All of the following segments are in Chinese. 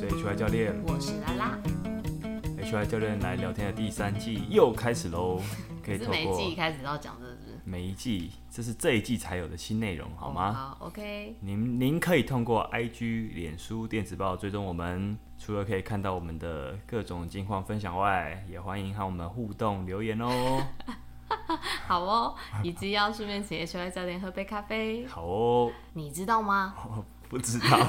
是 HY 教练， 我是拉拉。 HY 教练来聊天的第3季又开始喽，可以透过每一季开始都要讲这是不是？ 每一季，这是这一季才有的新内容，好吗？ 好 ，OK。 您可以通过 IG、脸书、电子报追踪我们，除了可以看到我们的各种近况分享外，也欢迎和我们互动留言哦。 好哦，以及要顺便请 HY 教练喝杯咖啡。 好哦， 你知道吗？ 不知道，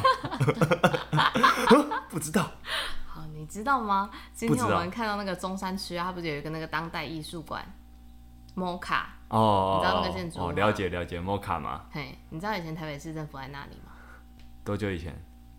不知道。 好，你知道吗？今天我们看到那个中山区啊，它不是有一个那个当代艺术馆 MOCA 哦， 你知道那个建筑吗？ 了解 MOCA 吗？ 嘿，你知道以前台北市政府在那里吗？ 多久以前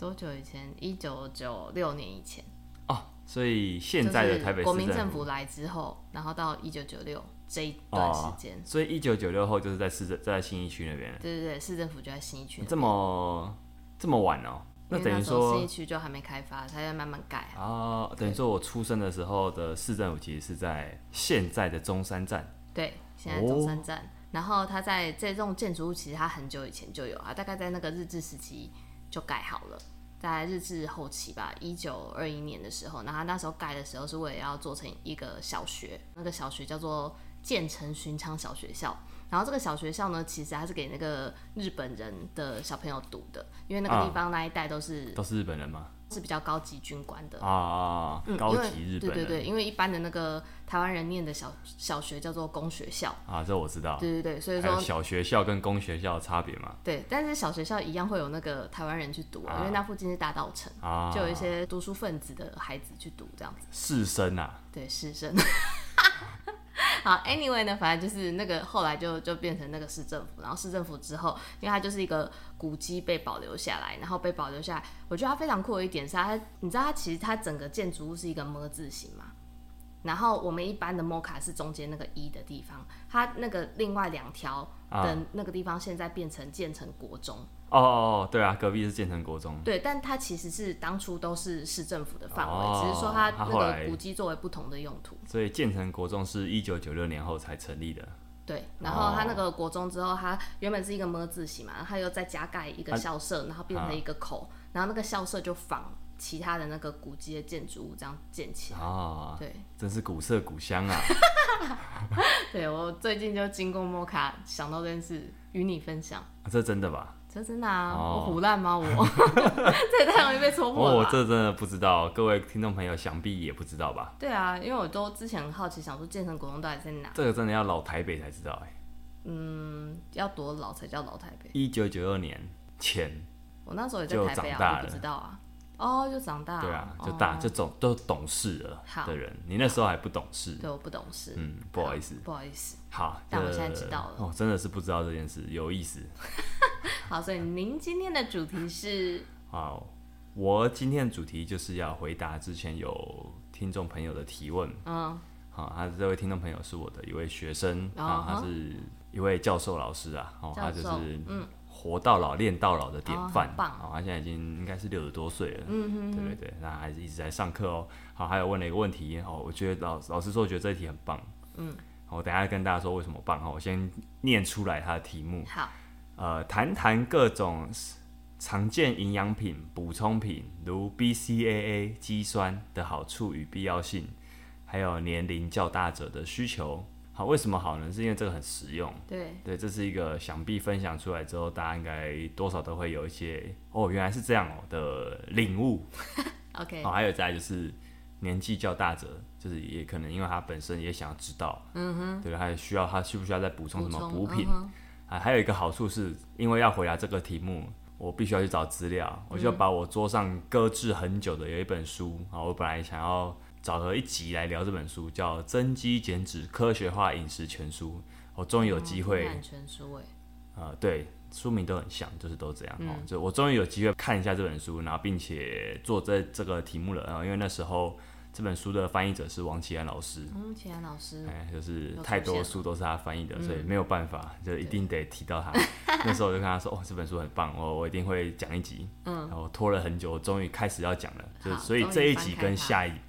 ？1996年以前。 哦，所以现在的台北市国民政府来之后，然后到1996这一段时间， 所以1996后就是在信义区那边。 对对对，市政府就在信义区那边。 这么晚哦？那等于说信义区就还没开发，它在慢慢盖啊。 哦，等于说我出生的时候的市政府其实是在现在的中山站。 对，现在中山站。然后它在这栋建筑物，其实它很久以前就有啊，大概在那个日治时期就盖好了。在日治后期吧，1921年的时候，然后他那时候盖的时候是为了要做成一个小学，那个小学叫做建成寻常小学校。然后这个小学校呢，其实它是给那个日本人的小朋友读的，因为那个地方那一带都是日本人吗？ 是比较高级军官的高级日本人。 对，因为一般的那个台湾人念的小学叫做公学校啊，这我知道。 对，所以说还有小学校跟公学校的差别嘛？ 对，但是小学校一样会有那个台湾人去读因为那附近是大稻埕就有一些读书分子的孩子去读这样子。 士绅啊？ 对，士绅。好 ，anyway 呢，反正就是那个后来就变成那个市政府，然后市政府之后，因为它就是一个古迹被保留下来，然后被保留下来，我觉得它非常酷的一点是你知道它其实它整个建筑物是一个么字形嘛，然后我们一般的 MOCA 是中间那个一的地方，它那个另外2条的那个地方现在变成建成国中。 对啊，隔壁是建成国中。 对，但它其实是当初都是市政府的范围，只是说它那个古迹作为不同的用途。 所以建成国中是1996年后才成立的。 对，然后它那个国中之后，它原本是一个么字形嘛，它又再加盖一个校舍，然后变成一个口，然后那个校舍就仿其他的那个古迹的建筑物这样建起来。对， 真是古色古香啊！ 对，我最近就经过MOCA想到这件事，与你分享。 这真的吧？ 这真的啊，我唬烂吗？这也太容易被戳破了吧。 我这真的不知道，各位听众朋友想必也不知道吧？ 对啊，因为我都之前很好奇，想说建成国中到底在哪？ 这个真的要老台北才知道要多老才叫老台北 ？1992年前， 我那时候也在台北啊，我不知道啊。就长大了。 对啊，都懂事了的人，你那时候还不懂事。 对，我不懂事。 不好意思。好， 但我现在知道了。 真的是不知道这件事，有意思。 好，所以您今天的主题是？ 好，我今天的主题就是要回答之前有听众朋友的提问。他这位听众朋友是我的一位学生他是一位教授老师啊，他就是活到老练到老的典范。他现在已经应该是60多岁了。对，那还是一直在上课哦。好，还有问了一个问题我觉得老师说我觉得这一题很棒。我等一下跟大家说为什么棒我先念出来他的题目。 好。 谈谈各种常见营养品、补充品，如 BCAA 肌酸的好处与必要性，还有年龄较大者的需求。好，为什么好呢？是因为这个很实用。对，这是一个想必分享出来之后，大家应该多少都会有一些原来是这样的领悟。 OK。 还有再来就是年纪较大者，就是也可能因为他本身也想要知道，对，他需不需要再补充什么补品？还有一个好处是，因为要回答这个题目，我必须要去找资料，我就把我桌上搁置很久的有一本书我本来想要找个一集来聊这本书，叫《增肌减脂科学化饮食全书》，我终于有机会。 全书对，书名都很像，就是都这样就我终于有机会看一下这本书，然后并且做这个题目了因为那时候这本书的翻译者是王启安老师。 启安老师。 就是太多书都是他翻译的，所以没有办法，就一定得提到他。那时候我就跟他说，这本书很棒，我一定会讲一集。然后拖了很久，我终于开始要讲了。所以这一集跟下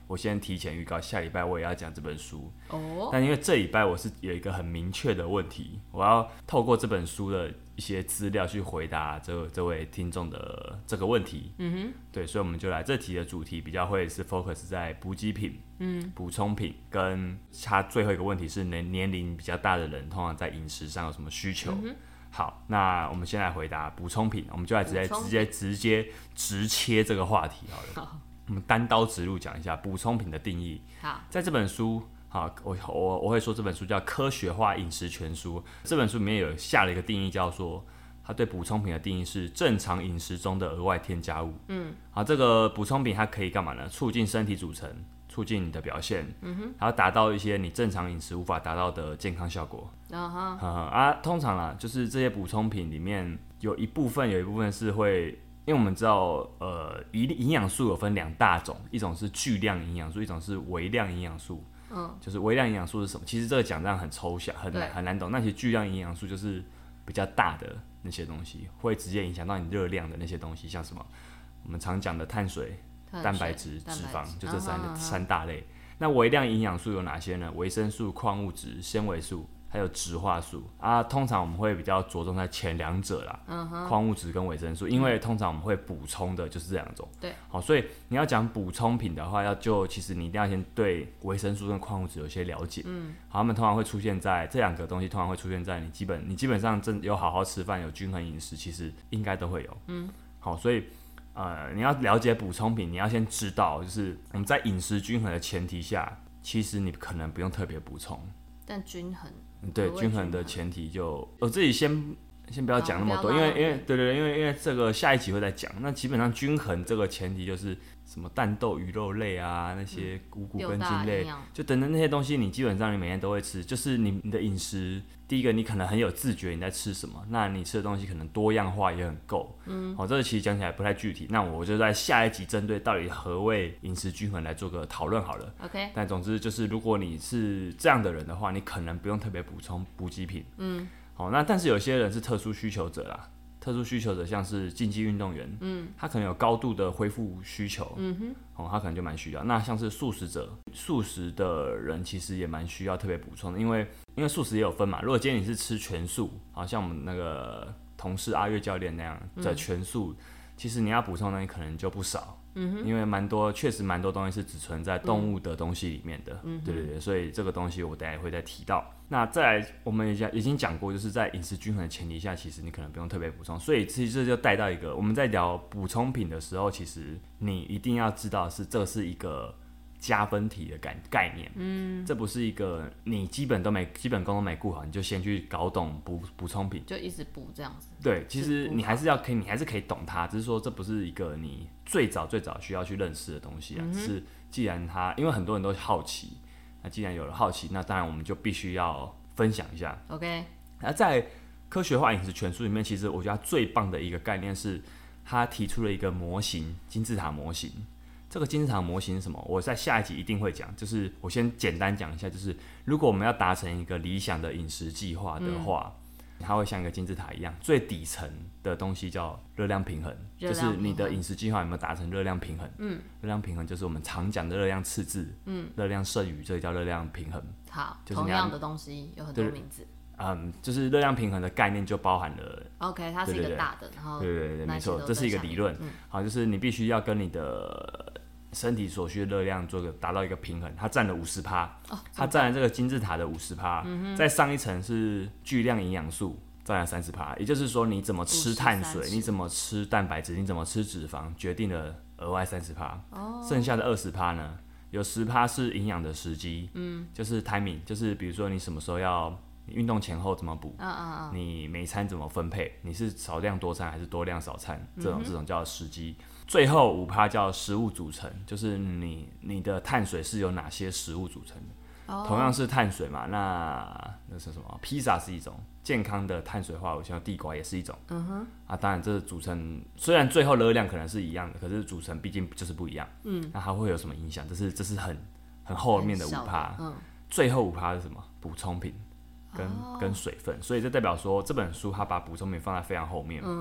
我先提前预告，下礼拜我也要讲这本书。但因为这礼拜我是有一个很明确的问题，我要透过这本书的一些资料去回答这位听众的这个问题。对，所以我们就来这题的主题比较会是 focus 在补给品、补充品，跟它最后一个问题是年龄比较大的人通常在饮食上有什么需求。好，那我们先来回答补充品，我们就来直接直切这个话题好了。我们单刀直入讲一下补充品的定义。 好， 在这本书，好，我会说这本书叫《科学化饮食全书》。这本书里面有下了一个定义，叫做它对补充品的定义是正常饮食中的额外添加物。好，这个补充品它可以干嘛呢？促进身体组成，促进你的表现，还要达到一些你正常饮食无法达到的健康效果。通常啦，就是这些补充品里面有一部分是会，因为我们知道，营养素有分2大种，一种是巨量营养素，一种是微量营养素。就是微量营养素是什么？其实这个讲这样很抽象，很难懂。那其实巨量营养素就是比较大的那些东西，会直接影响到你热量的那些东西，像什么我们常讲的碳水、蛋白质、脂肪，就这三大类。那微量营养素有哪些呢？维生素、矿物质、纤维素，还有植化素啊。通常我们会比较着重在前2者啦，矿物质跟维生素，因为通常我们会补充的就是这2种。 对， 好，所以你要讲补充品的话，其实你一定要先对维生素跟矿物质有些了解。好，他们通常会出现在这2个东西，通常会出现在你基本上真有好好吃饭，有均衡饮食，其实应该都会有。好，所以你要了解补充品，你要先知道，就是我们在饮食均衡的前提下，其实你可能不用特别补充。 但均衡， 对，均衡的前提就我自己先不要讲那么多，因为这个下一集会再讲。那基本上均衡这个前提就是什么蛋豆鱼肉类啊，那些五谷根茎类，就等等那些东西，你基本上你每天都会吃。就是你的饮食，第一个你可能很有自觉你在吃什么，那你吃的东西可能多样化也很够。好，这个其实讲起来不太具体，那我就在下一集针对到底何谓饮食均衡来做个讨论好了。 OK。 但总之就是，如果你是这样的人的话，你可能不用特别补充补给品。好，那但是有些人是特殊需求者啦。特殊需求者像是竞技运动员，他可能有高度的恢复需求，他可能就蛮需要。那像是素食者，素食的人其实也蛮需要特别补充的，因为素食也有分嘛。如果今天你是吃全素，好像我们那个同事阿月教练那样的全素，其实你要补充的东西可能就不少。因为确实蛮多东西是只存在动物的东西里面的，对，所以这个东西我等一下会再提到。那再来，我们已经讲过，就是在饮食均衡的前提下，其实你可能不用特别补充。所以其实这就带到一个，我们在聊补充品的时候，其实你一定要知道这是一个加分题的概念。这不是一个你基本功都没顾好，你就先去搞懂补充品， 就一直补这样子。 对，其实你还是可以懂它，只是说这不是一个你最早需要去认识的东西啊。只是既然因为很多人都好奇，那既然有了好奇，那当然我们就必须要分享一下。 OK。 那在科学化饮食全书里面，其实我觉得它最棒的一个概念是，它提出了一个模型——金字塔模型。这个金字塔模型是什么？我在下一集一定会讲。就是我先简单讲一下，就是如果我们要达成一个理想的饮食计划的话，它会像一个金字塔一样，最底层的东西叫热量平衡，就是你的饮食计划有没有达成热量平衡。热量平衡就是我们常讲的热量赤字，热量剩余，这个叫热量平衡。 好，就是同样的东西有很多名字。 就是热量平衡的概念就包含了 OK， 它是一个大的，然后对，没错，这是一个理论。好，就是你必须要跟你的身体所需的热量达到一个平衡，它占了50%，它占了这个金字塔的50%。再上一层是巨量营养素，占了30%。也就是说，你怎么吃碳水，你怎么吃蛋白质，你怎么吃脂肪，决定了额外30%。剩下的20%呢，有10%是营养的时机，就是 timing， 就是比如说你什么时候要。你运动前后怎么补？你每餐怎么分配？你是少量多餐还是多量少餐？这种叫时机。最后5%叫食物组成，就是你的碳水是由哪些食物组成的？同样是碳水嘛，那是什么？披萨是一种健康的碳水化合物，像地瓜也是一种。当然这组成虽然最后热量可能是一样的，可是组成毕竟就是不一样。那它会有什么影响？这是很后面的5%。最后5%是什么？补充品。跟水分，所以这代表说这本书它把补充品放在非常后面。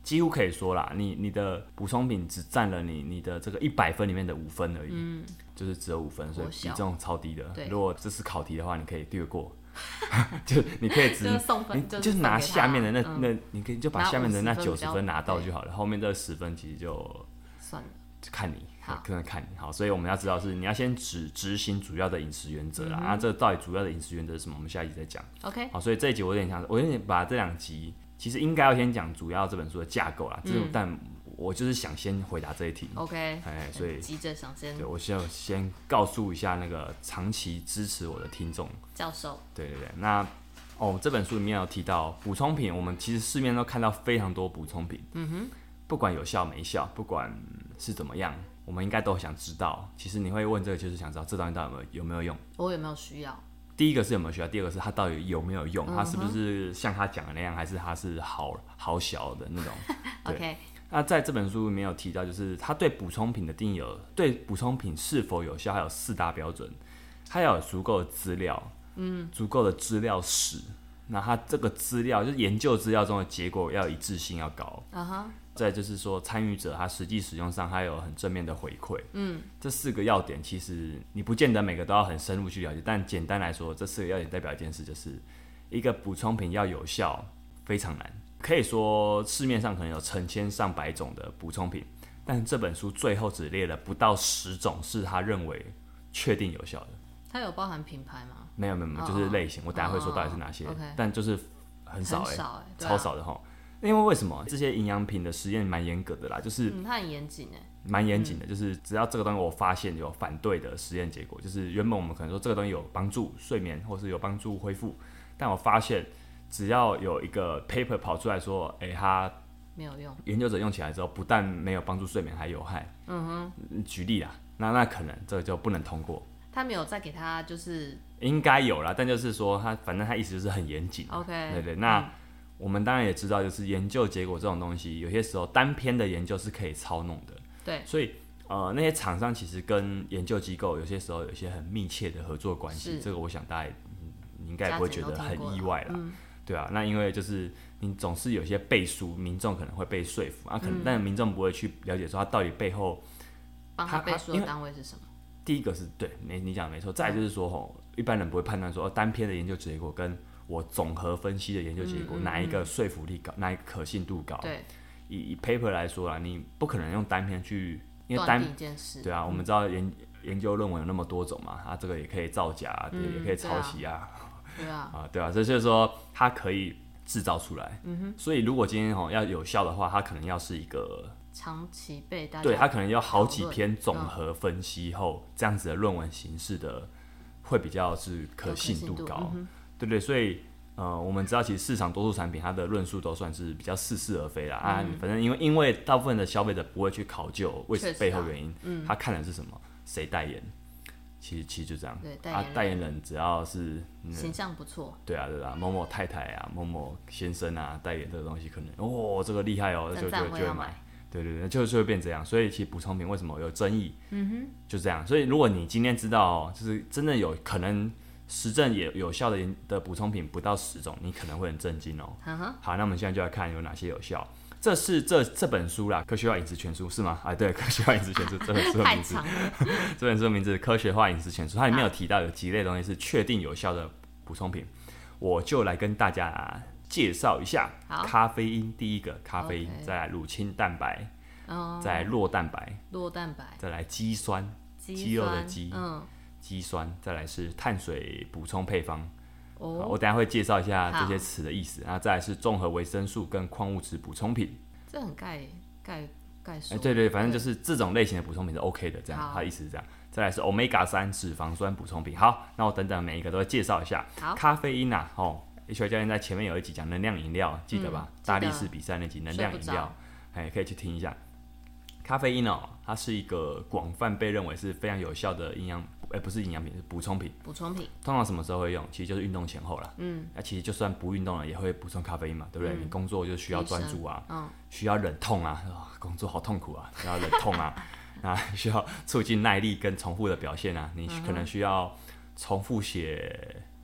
几乎可以说啦，你的补充品只占了你的这个100分里面的5分而已，就是只有5分，所以比重超低的。如果这是考题的话，你可以略过，就你可以就是送分， 就是拿下面的那你可以就把下面的那90分拿到就好了，后面这10分其实就算了， 就看你，可能看你。好，所以我们要知道是你要先执行主要的饮食原则啦。那这到底主要的饮食原则是什么？我们下一集再讲。 OK， 好，所以这一集我有点把这2集。其实应该要先讲主要这本书的架构啦，但我就是想先回答这一题。 OK， 所以急着想先， 对我需要先告诉一下那个长期支持我的听众教授。 对，那这本书里面有提到补充品，我们其实市面都看到非常多补充品，不管有效没效，不管是怎么样，我们应该都想知道。其实你会问这个，就是想知道这东西到底有没有用， 我有没有需要。 第一个是有没有需要，第二个是它到底有没有用，它是不是像他讲的那样，还是它是好小的那种。 OK， 那在这本书里面有提到，就是他对补充品的定义对补充品是否有效，还有4大标准。它要有足够的资料，足够的资料史。那它这个资料就是研究资料中的结果要一致性要高。再就是说，参与者他实际使用上，他有很正面的回馈。这4个要点，其实你不见得每个都要很深入去了解，但简单来说，这4个要点代表一件事，就是一个补充品要有效非常难。可以说市面上可能有成千上百种的补充品，但这本书最后只列了不到10种是他认为确定有效的。 它有包含品牌吗？ 没有，就是类型。我等一下会说到底是哪些，但就是很少超少的齁。因为为什么这些营养品的实验蛮严格的啦，就是它很严谨蛮严谨的，就是只要这个东西我发现有反对的实验结果，就是原本我们可能说这个东西有帮助睡眠或是有帮助恢复，但我发现只要有一个 paper 跑出来说，它没有用， 研究者用起来之后不但没有帮助睡眠，还有害。举例啦，那可能这个就不能通过。 他没有再给他就是应该有啦，但就是说反正他意思就是很严谨。 OK， 对，那。我们当然也知道，就是研究结果这种东西，有些时候单篇的研究是可以操弄的。 对， 所以那些厂商其实跟研究机构有些时候有一些很密切的合作关系。这个我想大家你应该也不会觉得很意外啦。对啊，那因为就是你总是有些背书，民众可能会被说服啊，但民众不会去了解说他到底背后帮他背书的单位是什么。 第一个是对你讲的没错，再来就是说一般人不会判断说单篇的研究结果跟我综合分析的研究结果，哪一个说服力高，哪一个可信度高？ 对， 以 paper 来说啦，你不可能用单篇去，因为断定一件事。 对啊，我们知道研究论文有那么多种嘛，这个也可以造假，也可以抄袭啊。对啊，这就是说它可以制造出来。所以如果今天要有效的话，它可能要是一个长期被大家对，它可能要好几篇综合分析后，这样子的论文形式的会比较是可信度高。对不对？所以我们知道其实市场多数产品它的论述都算是比较似是而非啦。反正因为大部分的消费者不会去考究为背后原因，他看的是什么，谁代言，其实就这样。 对， 代言人只要是形象不错， 对啊，某某太太啊，某某先生啊，代言这个东西可能这个厉害就会买。对，就会变这样。所以其实补充品为什么有争议，就这样。所以如果你今天知道就是真的有可能实证也有效的补充品不到10种，你可能会很震惊哦。好，那我们现在就来看有哪些有效。这是这本书啦，《科学化饮食全书》是吗？对，《科学化饮食全书》这本书的名字，这本书的名字《科学化饮食全书》，它里面有提到有几类东西是确定有效的补充品，我就来跟大家介绍一下。咖啡因，第一个咖啡因，再来乳清蛋白，再来酪蛋白，再来肌酸，肌肉的肌。肌酸，再来是碳水补充配方。我等一下会介绍一下这些词的意思。然后再来是综合维生素跟矿物质补充品。 这很概述。 对，反正就是这种类型的补充品是 OK 的，这样它的意思是这样。再来是 Omega-3 脂肪酸补充品。好，那我等等每一个都会介绍一下。咖啡因啊，HY 教练在前面有一集讲能量饮料，记得吧？大力士比赛那集能量饮料，可以去听一下。咖啡因它是一个广泛被认为是非常有效的营养，不是营养品，是补充品。通常什么时候会用？其实就是运动前后啦。其实就算不运动了，也会补充咖啡因嘛，对不对？你工作就需要专注啊，需要忍痛啊，工作好痛苦啊，需要忍痛啊，需要促进耐力跟重复的表现啊，你可能需要重复写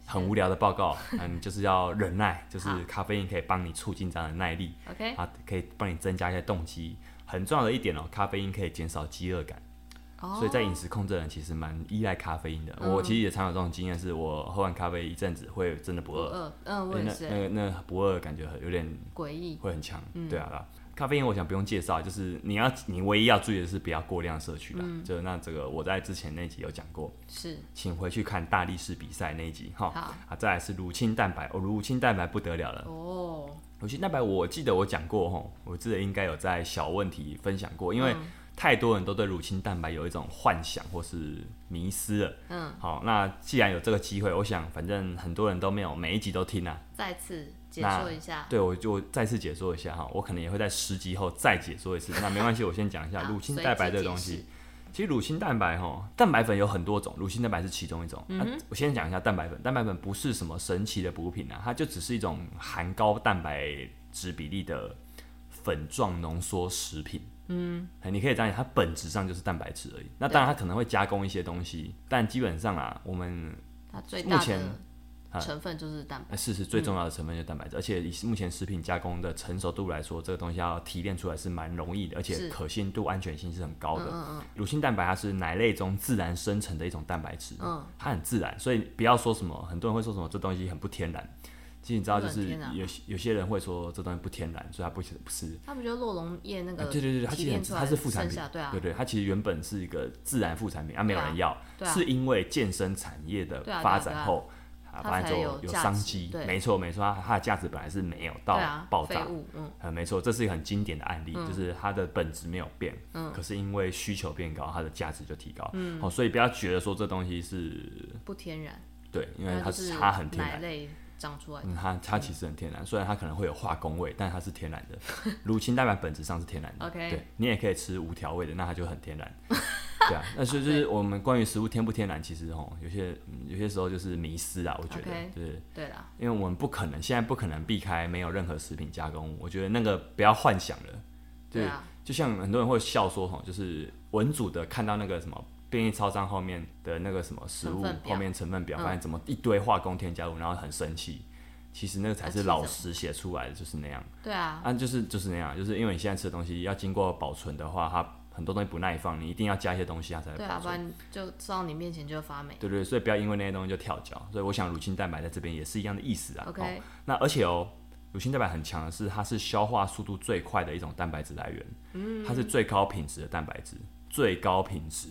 很无聊的报告，你就是要忍耐，就是咖啡因可以帮你促进这样的耐力， OK， 它可以帮你增加一些动机。很重要的一点咖啡因可以减少饥饿感。所以在饮食控制的人其实蛮依赖咖啡因的。我其实也常有这种经验，是我喝完咖啡一阵子会真的不饿。 我也是。 那不饿感觉有点诡异， 会很强。对啊，咖啡因我想不用介绍，就是你唯一要注意的是不要过量摄取啦。就那这个我在之前那集有讲过， 是， 请回去看大力士比赛那一集哈。 好， 再来是乳清蛋白，乳清蛋白不得了了。乳清蛋白我记得我讲过我记得应该有在小问题分享过，因为太多人都对乳清蛋白有一种幻想或是迷思了。好，那既然有这个机会，我想反正很多人都没有每一集都听啊， 再次解说一下。 对，我就再次解说一下我可能也会在10集后再解说一次。那没关系，我先讲一下乳清蛋白这个东西。其实乳清蛋白蛋白粉有很多种，乳清蛋白是其中一种。我先讲一下蛋白粉。蛋白粉不是什么神奇的补品它就只是一种含高蛋白质比例的粉状浓缩食品。你可以这样讲，它本质上就是蛋白质而已。那当然它可能会加工一些东西，但基本上我们它最大的成分就是蛋白质。 是最重要的成分就是蛋白质。而且以目前食品加工的成熟度来说，这个东西要提炼出来是蛮容易的，而且可信度、安全性是很高的。乳清蛋白它是奶类中自然生成的一种蛋白质，它很自然，所以不要说什么，很多人会说什么这东西很不天然。其实你知道，就是有些人会说这东西不天然，所以它不是。 他们觉得洛龙叶那个对，它其实它是副产品，对，它其实原本是一个自然副产品，没有人要，是因为健身产业的发展后，发现就有商机。没错，它的价值本来是没有到爆炸。没错，这是一个很经典的案例，就是它的本质没有变，可是因为需求变高，它的价值就提高。所以不要觉得说这东西是不天然， 对，因为它很天然。 长出来它其实很天然，虽然它可能会有化工味，但它是天然的。乳清蛋白本质上是天然的。 OK， 对，你也可以吃无调味的，那它就很天然。对啊，那就是我们关于食物天不天然，其实有些时候就是迷思啦，我觉得。 对啦， 因为我们现在不可能避开没有任何食品加工，我觉得那个不要幻想了。 对啊， 就像很多人会笑说就是文组的看到那个什么便利超商后面的那个什么食物后面成分表，发现怎么一堆化工添加物，然后很生气。其实那个才是老师写出来的，就是那样。 对啊， 就是那样，就是因为你现在吃的东西要经过保存的话，它很多东西不耐放，你一定要加一些东西它才会保存。对啊， 不然就吃到你面前就发霉。 对，所以不要因为那些东西就跳脚。所以我想乳清蛋白在这边也是一样的意思啊。 OK， 那而且乳清蛋白很强的是，它是消化速度最快的一种蛋白质来源。它是最高品质的蛋白质，最高品质。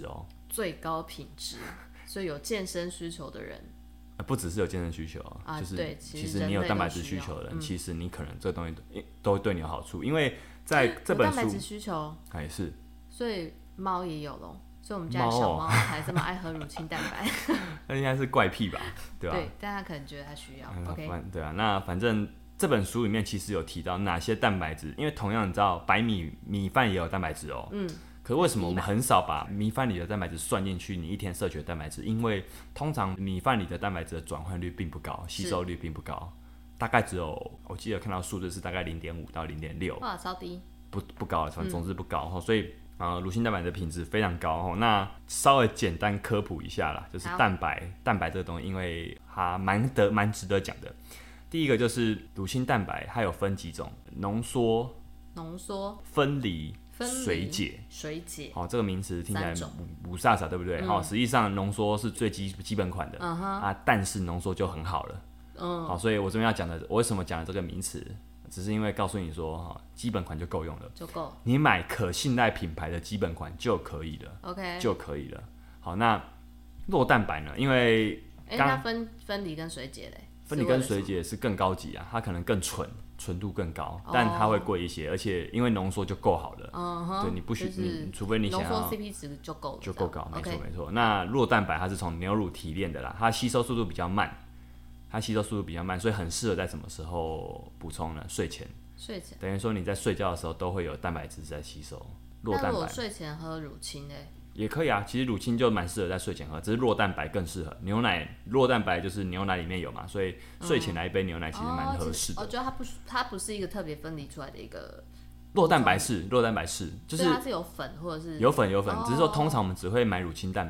所以有健身需求的人， 不只是有健身需求就是其实你有蛋白质需求的人，其实你可能这个东西都会对你有好处，因为在这本书蛋白质需求还是， 所以猫也有咯，所以我们家的小猫才这么爱喝乳清蛋白。 那应该是怪癖吧，对吧？ 对，但他可能觉得他需要。OK， 对啊，那反正这本书里面其实有提到哪些蛋白质，因为同样你知道白米饭也有蛋白质可是为什么我们很少把米饭里的蛋白质算进去？你一天摄取的蛋白质，因为通常米饭里的蛋白质的转换率并不高，吸收率并不高，大概只有我记得看到数字是大概 0.5 到 0.6， 哇，超低， 不高，反正总之不高所以乳清蛋白的品质非常高那稍微简单科普一下啦，就是蛋白这个东西，因为它蛮值得讲的。第一个就是乳清蛋白，它有分几种：浓缩、分离、水解。这个名词听起来不飒飒，对不对？实际上浓缩是最基本款的但是浓缩就很好了。所以我这边要讲的，我为什么讲这个名词，只是因为告诉你说，基本款就够用了，你买可信赖品牌的基本款就可以了。 OK， 就可以了。好，那酪蛋白呢？因为它分离跟水解嘞。 分离跟水解是更高级它可能更纯度更高，但它会贵一些，而且因为浓缩就够好了。对，你不许你，除非你想要浓缩 CP 值就够高，没错。那酪蛋白它是从牛乳提炼的啦，它吸收速度比较慢，所以很适合在什么时候补充呢？睡前，等于说你在睡觉的时候都会有蛋白质在吸收。酪蛋白， 那如果睡前喝乳清也可以啊，其实乳清就蛮适合在睡前喝，只是酪蛋白更适合。酪蛋白就是牛奶里面有嘛，所以睡前来一杯牛奶其实蛮合适的。 我觉得它不是一个特别分离出来的一个。 酪蛋白是，就是它是有粉或者是有粉，只是说通常我们只会买乳清蛋白，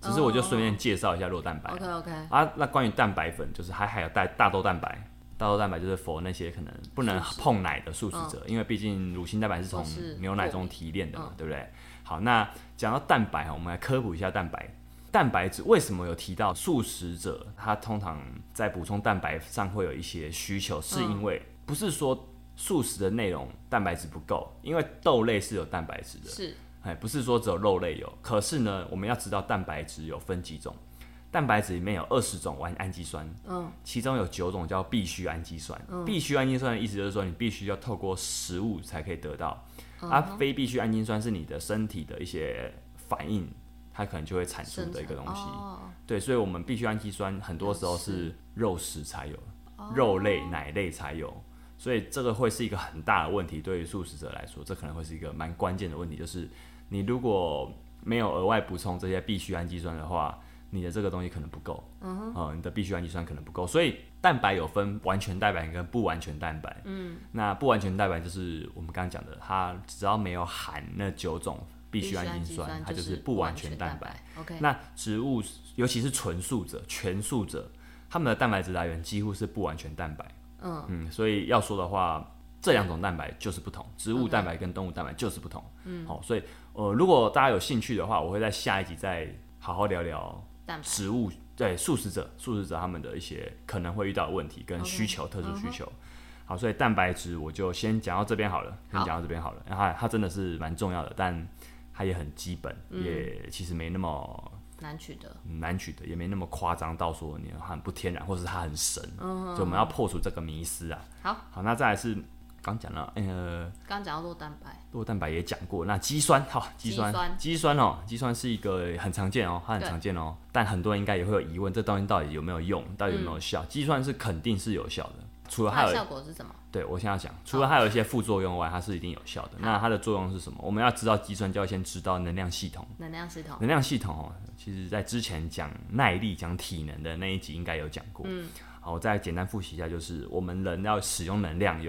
只是我就顺便介绍一下肉蛋白。 OK 啊，那关于蛋白粉，就是还有大豆蛋白。大豆蛋白就是 for 那些可能不能碰奶的素食者，因为毕竟乳清蛋白是从牛奶中提炼的嘛，对不对？好，那讲到蛋白，我们来科普一下蛋白。蛋白质为什么有提到素食者他通常在补充蛋白上会有一些需求，是因为不是说素食的内容蛋白质不够，因为豆类是有蛋白质的， 是， 不是说只有肉类有。可是呢，我们要知道蛋白质有分几种。蛋白质里面有20种氨基酸，其中有9种叫必需氨基酸。必需氨基酸的意思就是说，你必须要透过食物才可以得到，非必需氨基酸是你的身体的一些反应，它可能就会产出的一个东西。对，所以我们必需氨基酸很多时候是肉食才有，肉类、奶类才有，所以这个会是一个很大的问题。对于素食者来说，这可能会是一个蛮关键的问题，就是你如果没有额外补充这些必需氨基酸的话，你的这个东西可能不够，你的必需氨基酸可能不够，所以蛋白有分完全蛋白跟不完全蛋白。那不完全蛋白就是我们刚刚讲的，它只要没有含那9种必需氨基酸，它就是不完全蛋白。那植物，尤其是纯素者、全素者，他们的蛋白质来源几乎是不完全蛋白。所以要说的话，这2种蛋白就是不同，植物蛋白跟动物蛋白就是不同。好，所以如果大家有兴趣的话，我会在下一集再好好聊聊植物对素食者他们的一些可能会遇到的问题跟需求，特殊需求。好，所以蛋白质我就先讲到这边好了，然后它真的是蛮重要的，但它也很基本，也其实没那么难取得，也没那么夸张到说你很不天然，或是它很神。所以我们要破除这个迷思啊。好，那再来是刚讲了， 刚讲到肉蛋白也讲过。那肌酸，肌酸是一个很常见它很常见但很多人应该也会有疑问，这东西到底有没有用，到底有没有效？肌酸是肯定是有效的，除了它的效果是什么？ 对，我现在讲，除了它有一些副作用外，它是一定有效的。那它的作用是什么？我们要知道肌酸，就要先知道能量系统。能量系统其实在之前讲耐力、讲体能的那一集应该有讲过。好，我再简单复习一下，就是我们人要使用能量有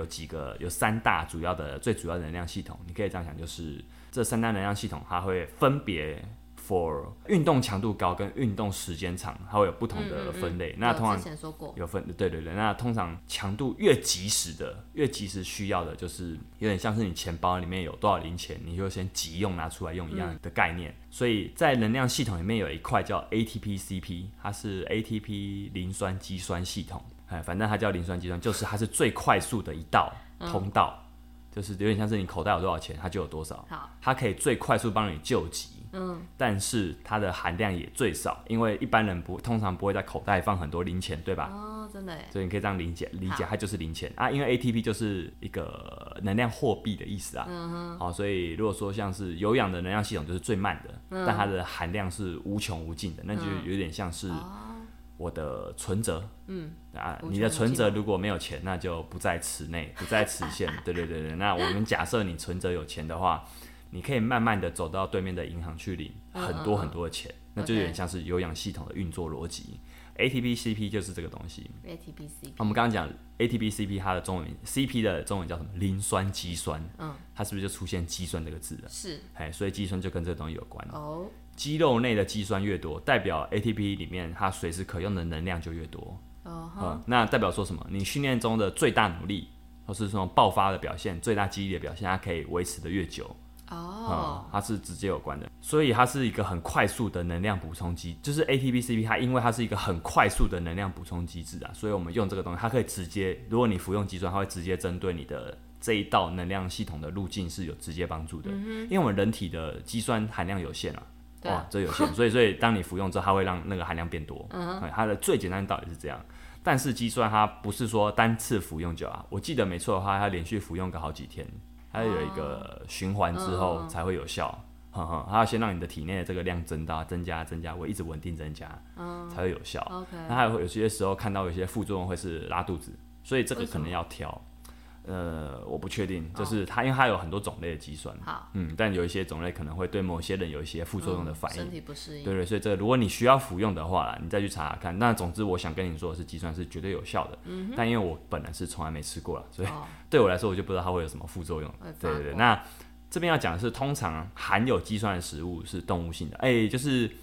3大最主要的能量系统。你可以这样想，就是这3大能量系统，它会分别 for 运动强度高跟运动时间长，它会有不同的分类。那通常之前说过有分，对。那通常强度越及时需要的，就是有点像是你钱包里面有多少零钱，你就先急用拿出来用一样的概念。所以在能量系统里面有一块叫 ATP-CP， 它是 ATP 磷酸肌酸系统。反正它叫磷酸肌酸，就是它是最快速的一道通道，就是有点像是你口袋有多少钱，它就有多少。它可以最快速帮你救急。但是它的含量也最少，因为一般人通常不会在口袋放很多零钱，对吧？ 真的耶。 所以你可以这样理解，它就是零钱啊。因为 ATP 就是一个能量货币的意思啊。好，所以如果说像是有氧的能量系统就是最慢的，但它的含量是无穷无尽的，那就有点像是我的存折。你的存折如果没有钱，那就不在池内，不在池线。对。那我们假设你存折有钱的话，你可以慢慢的走到对面的银行去领很多很多的钱，那就有点像是有氧系统的运作逻辑。ATP-CP 就是这个东西。 ATP-CP， 我们刚刚讲 ATP-CP， 它的中文 CP 的中文叫什么？磷酸肌酸。它是不是就出现肌酸这个字了？ 是。 所以肌酸就跟这个东西有关。肌肉内的肌酸越多，代表 ATP 里面它随时可用的能量就越多。那代表说什么？你训练中的最大努力，或是这种爆发的表现、最大肌力的表现，它可以维持的越久。它是直接有关的，所以它是一个很快速的能量补充机，就是 ATP-CP， 它因为它是一个很快速的能量补充机制所以我们用这个东西，它可以直接，如果你服用肌酸，它会直接针对你的这一道能量系统的路径是有直接帮助的。因为我们人体的肌酸含量有限这有限，所以当你服用之后，它会让那个含量变多。它的最简单的道理是这样。但是肌酸它不是说单次服用就好，我记得没错的话，它连续服用个好几天。它有一个循环之后才会有效，它要先让你的体内的这个量增加，会一直稳定增加，才会有效。那还有些时候看到有些副作用会是拉肚子，所以这个可能要挑。我不确定，就是它，因为它有很多种类的肌酸，但有一些种类可能会对某些人有一些副作用的反应， 身体不适应。 对，所以这个如果你需要服用的话，你再去查查看。那总之，我想跟你说的是，肌酸是绝对有效的，但因为我本人是从来没吃过了，所以对我来说，我就不知道它会有什么副作用。对。那这边要讲的是，通常含有肌酸的食物是动物性的，就是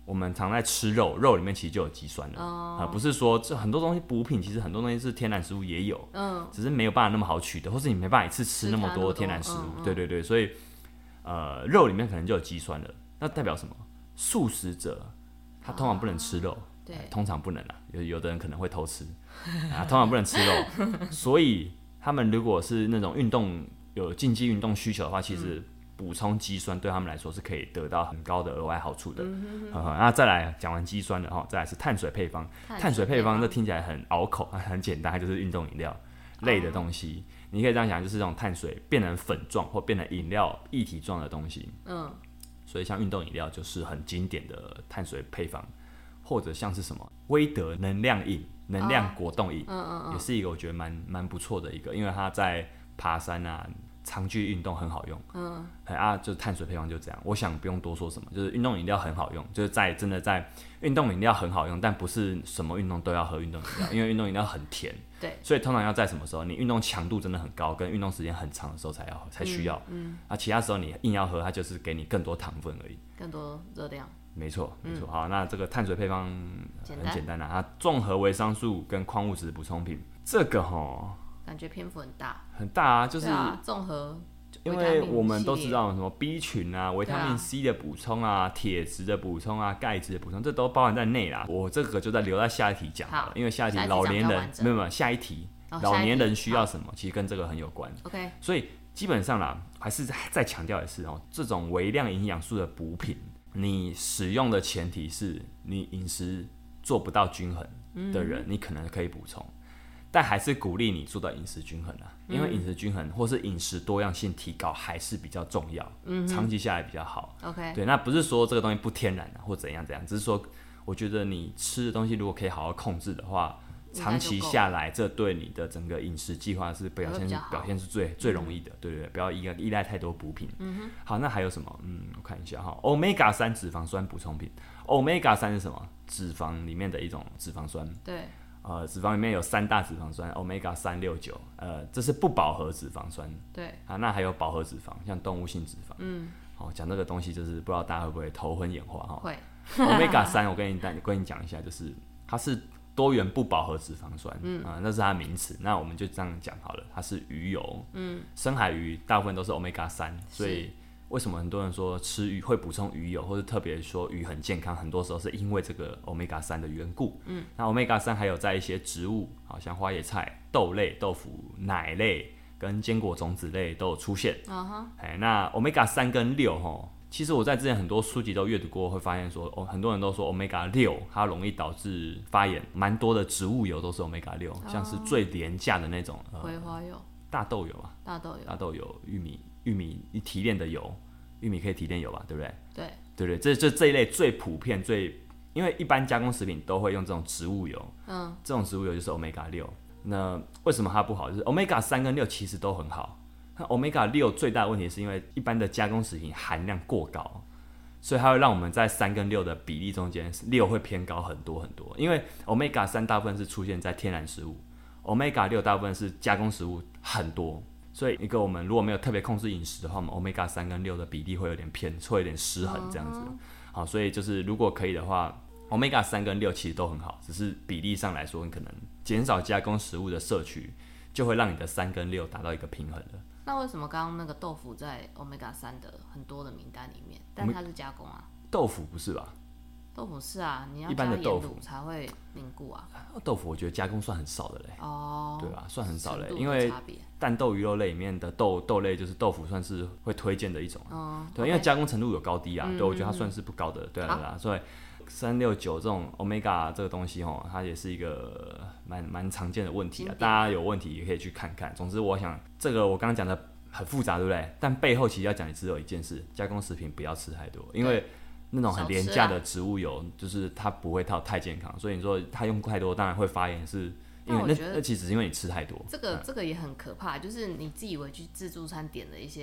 我们常在吃肉，肉里面其实就有肌酸了。不是说这很多东西补品，其实很多东西是天然食物也有，只是没有办法那么好取得，或是你没办法一次吃那么多天然食物。对对对，所以肉里面可能就有肌酸了。那代表什么？素食者他通常不能吃肉，通常不能啊，有的人可能会偷吃通常不能吃肉，所以他们如果是那种运动有竞技运动需求的话，其实补充肌酸对他们来说是可以得到很高的额外好处的。那再来讲完肌酸了，再来是碳水配方。碳水配方这听起来很拗口，很简单，就是运动饮料类的东西。你可以这样想，就是这种碳水变成粉状或变成饮料液体状的东西。所以像运动饮料就是很经典的碳水配方，或者像是什么威德能量饮、能量果冻饮，也是一个我觉得蛮不错的一个，因为它在爬山啊、长距运动很好用。就是碳水配方就这样，我想不用多说什么，就是运动饮料很好用，就是真的在运动饮料很好用，但不是什么运动都要喝运动饮料，因为运动饮料很甜。 对， 所以通常要在什么时候？你运动强度真的很高，跟运动时间很长的时候才需要。其他时候你硬要喝，它就是给你更多糖分而已， 更多热量。 没错，没错。好，那这个碳水配方很简单啦，它综合维生素跟矿物质补充品，这个感觉篇幅很大， 很大啊，就是综合。 因为我们都知道什么 B 群啊、维他命 C 的补充啊、铁质的补充啊、钙质的补充，这都包含在内啦。我这个就留在下一题讲好了，因为下一题老年人没有下一题老年人需要什么，其实跟这个很有关。 OK， 所以基本上啦，还是再强调一次这种微量营养素的补品，你使用的前提是你饮食做不到均衡的人，你可能可以补充。但还是鼓励你做到饮食均衡啊，因为饮食均衡或是饮食多样性提高还是比较重要，长期下来比较好。 OK， 对，那不是说这个东西不天然或怎样，只是说我觉得你吃的东西如果可以好好控制的话，长期下来这对你的整个饮食计划是表现是最容易的，对对对，不要依赖太多补品。好，那还有什么？我看一下哈 ，Omega 3脂肪酸补充品。Omega 3是什么？脂肪里面的一种脂肪酸。 对。 脂肪里面有3大脂肪酸 ，Omega 3、6、9，这是不饱和脂肪酸。 对。 那还有饱和脂肪，像动物性脂肪。讲这个东西就是不知道大家会不会头昏眼花哈。 会。 Omega 3，我跟你讲一下，就是它是多元不饱和脂肪酸，那是它的名词。那我们就这样讲好了，它是鱼油。深海鱼大部分都是 Omega 3，所以为什么很多人说吃鱼会补充鱼油，或者特别说鱼很健康，很多时候是因为这个 Omega 3的缘故。那 Omega 3还有在一些植物，好像花椰菜、豆类、豆腐、奶类跟坚果种子类都有出现。那 Omega 3跟6其实我在之前很多书籍都阅读过，会发现说很多人都说 Omega 6它容易导致发炎，蛮多的植物油都是 Omega 6，像是最廉价的那种葵花油、 大豆油啊，大豆油、玉米提炼的油，玉米可以提炼油吧，对不对？对，这一类最普遍因为一般加工食品都会用这种植物油，这种植物油就是 Omega 6。那为什么它不好？就是 Omega 3跟6其实都很好，那 Omega 6最大的问题是因为一般的加工食品含量过高，所以它会让我们在3跟6的比例中间6会偏高很多很多，因为 Omega 3大部分是出现在天然食物，Omega 6大部分是加工食物很多。所以我们如果没有特别控制饮食的话，我们 Omega 3跟6的比例会有点偏，会有点失衡这样子。好，所以就是如果可以的话 ，Omega 3跟6其实都很好，只是比例上来说，你可能减少加工食物的摄取，就会让你的3跟6达到一个平衡的。 那为什么刚刚那个豆腐在 Omega 3的很多的名单里面，但它是加工啊？ 豆腐不是吧？ 豆腐是啊，你要一般的豆腐才会凝固啊。 豆腐我觉得加工算很少的嘞，对吧？算很少嘞，因为蛋豆鱼肉类里面的豆类就是豆腐算是会推荐的一种，对，因为加工程度有高低啊，对，我觉得它算是不高的，对啊，所以369这种 Omega 这个东西它也是一个蛮常见的问题啊，大家有问题也可以去看看。总之，我想这个我刚刚讲的很复杂，对不对？但背后其实要讲的只有一件事：加工食品不要吃太多，因为那种很廉价的植物油，就是它不会太健康，所以你说它用太多，当然会发炎，是因为那其实是因为你吃太多。 这个也很可怕，就是你自以为去自助餐点的一些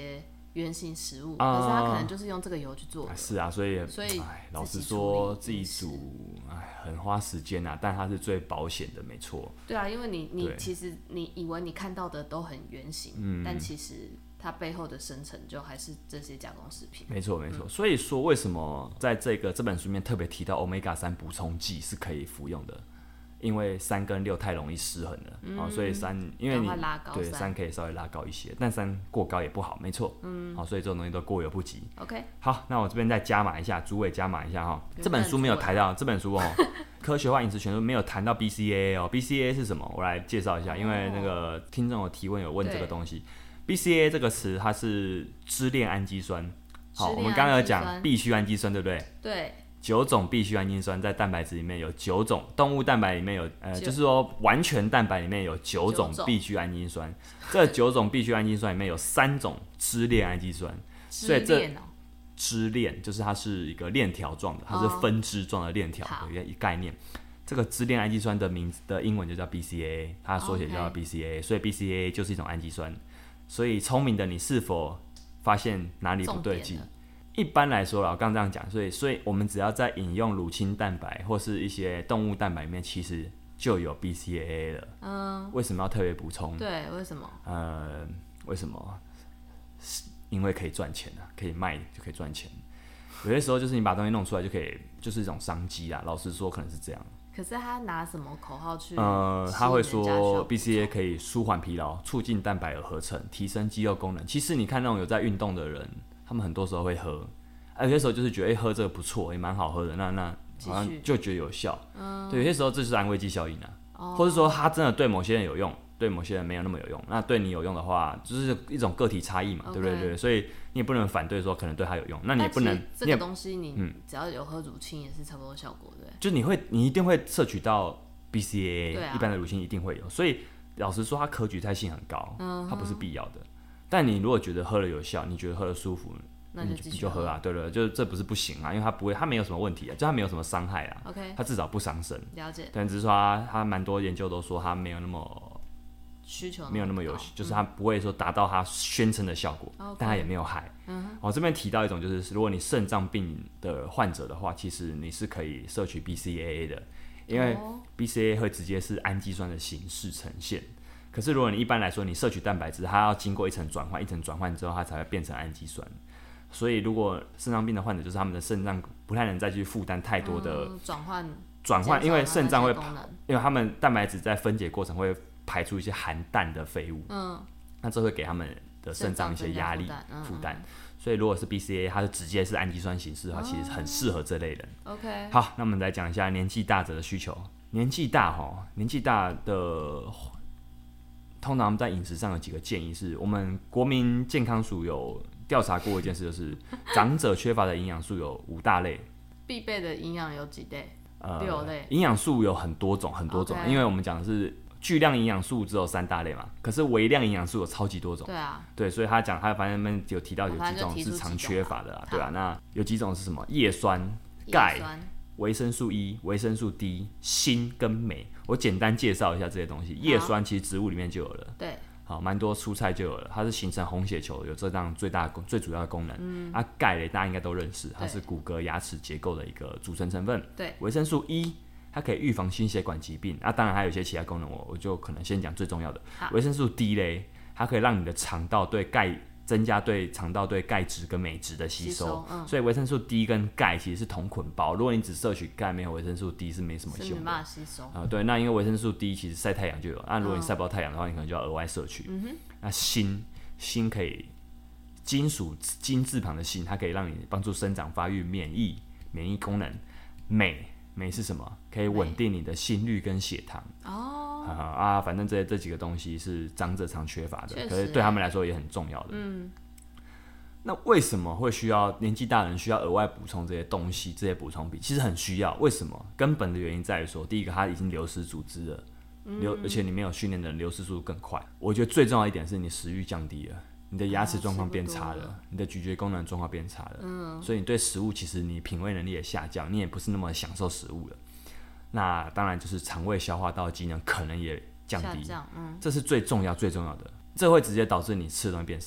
原型食物，可是它可能就是用这个油去做的。 是啊，所以老实说自己煮，很花时间啊，但它是最保险的，没错。 对啊，因为你其实你以为你看到的都很原型，但其实它背后的生成就还是这些加工食品。 没错没错，所以说为什么在这本书里面特别提到 Omega-3 补充剂是可以服用的？因为3跟6太容易失衡了，所以3，因为你对3可以稍微拉高一些，但3过高也不好，没错，所以这种东西都过犹不及。 OK， 好，那我这边再加码一下，主委加码一下哈，这本书没有谈到，这本书科学化饮食全书没有谈到 BCAA 哦 ，BCAA 是什么？我来介绍一下，因为那个听众有提问有问这个东西 ，BCAA 这个词它是支链氨基酸，好，我们刚刚有讲必需氨基酸，对不对？ 对。 9种必需氨基酸在蛋白质里面有9种，动物蛋白里面有就是说完全蛋白里面有9种必需氨基酸，这9种必需氨基酸里面有3种支链氨基酸，所以这支链就是它是一个链条状的，它是分支状的链条的一个概念。这个支链氨基酸的名字的英文就叫 BCAA， 它的缩写叫 BCAA， 所以 BCAA 就是一种氨基酸。所以聪明的你是否发现哪里不对劲？一般来说啦，我刚刚这样讲，所以我们只要在饮用乳清蛋白或是一些动物蛋白里面，其实就有 BCAA 了。为什么要特别补充？ 对，为什么？ 为什么？因为可以赚钱啊，可以卖就可以赚钱。有些时候就是你把东西弄出来就可以，就是一种商机啊。老实说，可能是这样。 可是他拿什么口号去？ 他会说 BCAA 可以舒缓疲劳，促進蛋白而合成，提升肌肉功能。其实你看那种有在运动的人，他们很多时候会喝，有些时候就是觉得喝这个不错，也蛮好喝的，那好像就觉得有效。对，有些时候这就是安慰剂效应啊，或者说它真的对某些人有用，对某些人没有那么有用。那对你有用的话，就是一种个体差异嘛，对不对？对，所以你也不能反对说可能对它有用，那你也不能这个东西你只要有喝乳清也是差不多效果，对。 就你一定会摄取到 BCAA，一般的乳清一定会有，所以老实说它可取代性很高，它不是必要的。但你如果觉得喝了有效，你觉得喝了舒服，你就喝啊，对了，就这不是不行啊，因为它没有什么问题啊，就它没有什么伤害啊 ，OK， 它至少不伤身。 了解。但只是说它蛮多研究都说它没有那么需求， 没有那么有，就是它不会说达到它宣称的效果，但它也没有害。我这边提到一种，就是如果你肾脏病的患者的话，其实你是可以摄取 BCAA 的，因为 BCAA 会直接是氨基酸的形式呈现。可是如果你一般来说你摄取蛋白质，它要经过一层转换之后，它才会变成氨基酸。所以如果肾脏病的患者，就是他们的肾脏不太能再去负担太多的转换，因为肾脏会，因为他们蛋白质在分解过程会排出一些含氮的废物，那这会给他们的肾脏一些压力负担。所以如果是 BCAA， 它是直接是氨基酸形式的话，其实很适合这类人。 OK， 好，那我们来讲一下年纪大者的需求。年纪大的。通常在饮食上有几个建议，是我们国民健康署有调查过一件事，就是长者缺乏的营养素有5大类。 必备的营养有几类？6类。营养素有很多种，okay，因为我们讲的是巨量营养素只有3大类嘛，可是微量营养素有超级多种。 对啊。 对，所以他反正有提到有几种是常缺乏的啦，对啊。那有几种是什么？叶酸、钙、维生素 E、维生素 D、锌跟镁。我简单介绍一下这些东西。叶酸其实植物里面就有了， 对， 好，蛮多蔬菜就有了。它是形成红血球，有这样最主要的功能。钙类大家应该都认识，它是骨骼、牙齿结构的一个组成成分。 对， 维生素 E 它可以预防心血管疾病。当然还有一些其他功能，我就可能先讲最重要的。维生素 D 类，它可以让你的肠道对钙。增加对肠道对钙质跟镁质的吸收，所以维生素 D 跟钙其实是同捆包。如果你只摄取钙没有维生素 D 是没什么用的， 是没办法吸收。 对，那因为维生素 D 其实晒太阳就有，那如果你晒不到太阳的话，你可能就要额外摄取。那锌可以，金字旁的锌，它可以让你帮助生长发育、免疫功能。镁是什么？可以稳定你的心率跟血糖。反正这几个东西是长者常缺乏的，可是对他们来说也很重要的。那为什么会需要年纪大人需要额外补充这些东西？这些补充品其实很需要。为什么？根本的原因在于说，第一个它已经流失组织了，而且你没有训练的人，流失速度更快。我觉得最重要一点是你食欲降低了。你的牙齿状况变差了，你的咀嚼功能状况变差了，所以你对食物其实你品味能力也下降，你也不是那么享受食物了。那当然就是肠胃消化道机能可能也降低，这是最重要的。这会直接导致你吃的东西变少，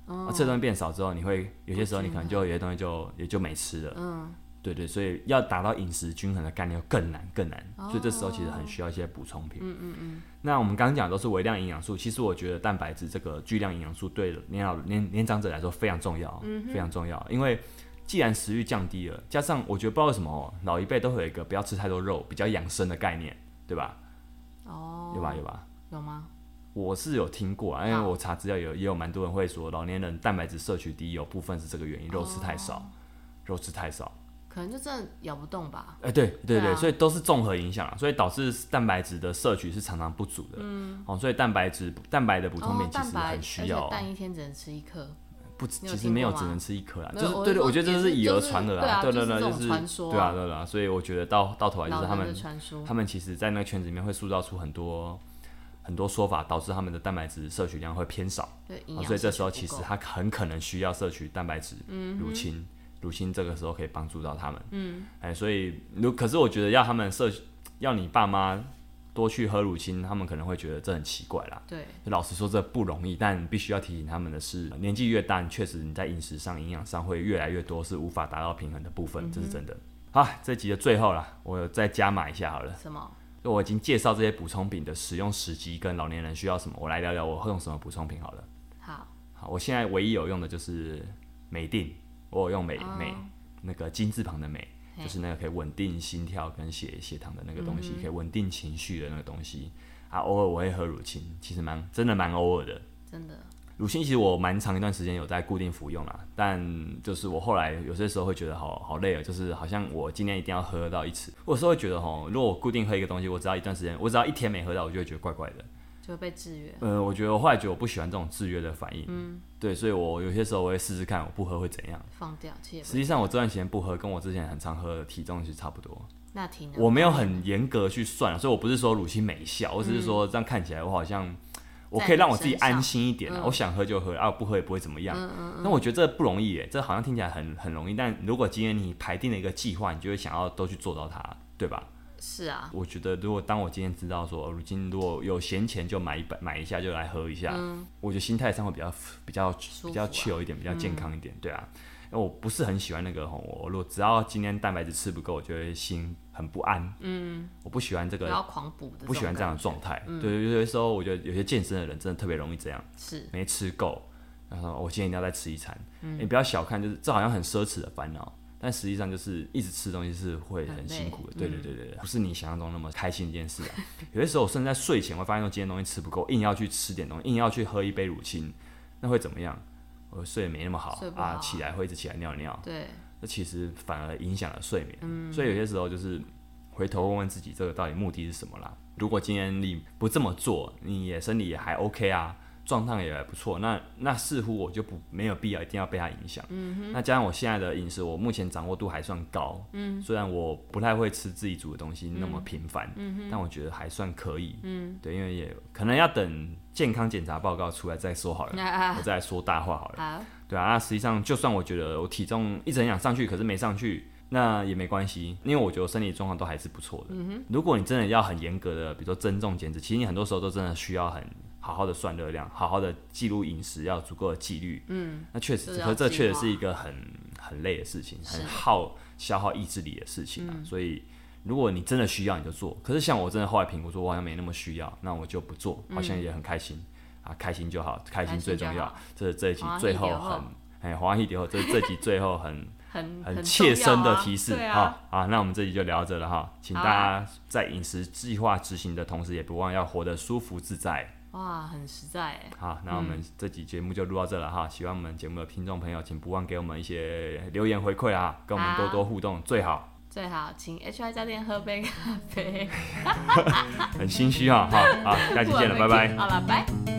吃的东西变少之后，你会有些时候你可能就有些东西也就没吃了。对，所以要达到饮食均衡的概念更难，所以这时候其实很需要一些补充品。那我们刚刚讲的都是微量营养素，其实我觉得蛋白质这个巨量营养素对年长者来说非常重要，非常重要。因为既然食欲降低了，加上我觉得不知道为什么老一辈都会有一个不要吃太多肉、比较养生的概念，对吧？有吧？ 有吗？ 我是有听过因为我查资料也有蛮多人会说，老年人蛋白质摄取低，有部分是这个原因，肉吃太少。 可能就真的咬不动吧。 对，所以都是综合影响，所以导致蛋白质的摄取是常常不足的。所以蛋白的补充品其实很需要。 而且蛋一天只能吃1颗。 其实没有只能吃1颗啦，就是对，我觉得这是以讹传讹啊，对，就是对啊，所以我觉得到头来就是他们其实在那个圈子里面会塑造出很多说法，导致他们的蛋白质摄取量会偏少。 对， 所以这时候其实他很可能需要摄取蛋白质、乳清这个时候可以帮助到他们。所以可是我觉得要你爸妈多去喝乳清，他们可能会觉得这很奇怪啦。 对， 老实说这不容易，但必须要提醒他们的是，年纪越大，确实你在饮食上、营养上会越来越多是无法达到平衡的部分，这是真的。好，这集的最后啦，我有再加码一下好了。 什么？ 就我已经介绍这些补充品的使用时机跟老年人需要什么，我来聊聊我会用什么补充品好了。好，我现在唯一有用的就是镁锭，我有用镁那个金字旁的镁。就是那个可以稳定心跳跟血糖的那个东西，可以稳定情绪的那个东西偶尔我会喝乳清，其实真的蛮偶尔的。真的，乳清其实我蛮长一段时间有在固定服用啦，但就是我后来有些时候会觉得好累就是好像我今天一定要喝到1匙。我有时候会觉得如果我固定喝一个东西，我只要一段时间，我只要1天没喝到，我就会觉得怪怪的。 就会被制约。 我后来觉得我不喜欢这种制约的反应。对，所以我有些时候我会试试看，我不喝会怎样。 放掉，实际上我这段时间不喝，跟我之前很常喝的体重其实差不多。 那挺我没有很严格去算，所以我不是说乳清没效，我只是说这样看起来我好像我可以让我自己安心一点我想喝就喝不喝也不会怎么样。那我觉得这不容易耶，这好像听起来很容易，但如果今天你排定了一个计划，你就会想要都去做到它，对吧？ 是啊， 我觉得如果当我今天知道说乳清如果有闲钱就买一下就来喝一下，我觉得心态上会比较 chill 一点，比较健康一点。对啊，因为我不是很喜欢那个我如果只要今天蛋白质吃不够，我就会心很不安。我不喜欢这个， 要狂补的， 不喜欢这样的状态。对，有些时候我觉得有些健身的人真的特别容易这样，是没吃够，然后我今天一定要再吃一餐。你不要小看，就是这好像很奢侈的烦恼。但实际上就是一直吃东西是会很辛苦的，对，不是你想象中那么开心一件事啊。有些时候我甚至在睡前会发现说今天东西吃不够，硬要去吃点东西，硬要去喝一杯乳清，那会怎么样？我睡得没那么好起来会一直起来尿尿，对，这其实反而影响了睡眠。所以有些时候就是回头问问自己，这个到底目的是什么啦？如果今天你不这么做，你也身体也还 OK 啊。状态也还不错，那似乎我就没有必要一定要被它影响。那加上我现在的饮食，我目前掌握度还算高。虽然我不太会吃自己煮的东西那么频繁，但我觉得还算可以。对，因为也可能要等健康检查报告出来再说好了，我再来说大话好了。对啊，那实际上就算我觉得我体重一直很想上去，可是没上去，那也没关系，因为我觉得我身体状况都还是不错的。如果你真的要很严格的，比如说增重减脂，其实你很多时候都真的需要好好的算热量，好好的记录饮食，要有足够的纪律。那确实，可是这确实是一个很累的事情，很消耗意志力的事情所以，如果你真的需要，你就做。可是像我真的后来评估说，我好像没那么需要，那我就不做，好像也很开心开心就好，开心最重要。这一集最后华裔蝶后，这集最后很切身的提示那我们这集就聊到这了请大家在饮食计划执行的同时，也不忘要活得舒服自在。 哇，很实在耶。 好，那我们这集节目就录到这了喜欢我们节目的听众朋友，请不忘给我们一些留言回馈跟我们多多互动，最好请 HY 家店喝杯咖啡。 很心虚好，下期见了，拜拜。 好了，拜。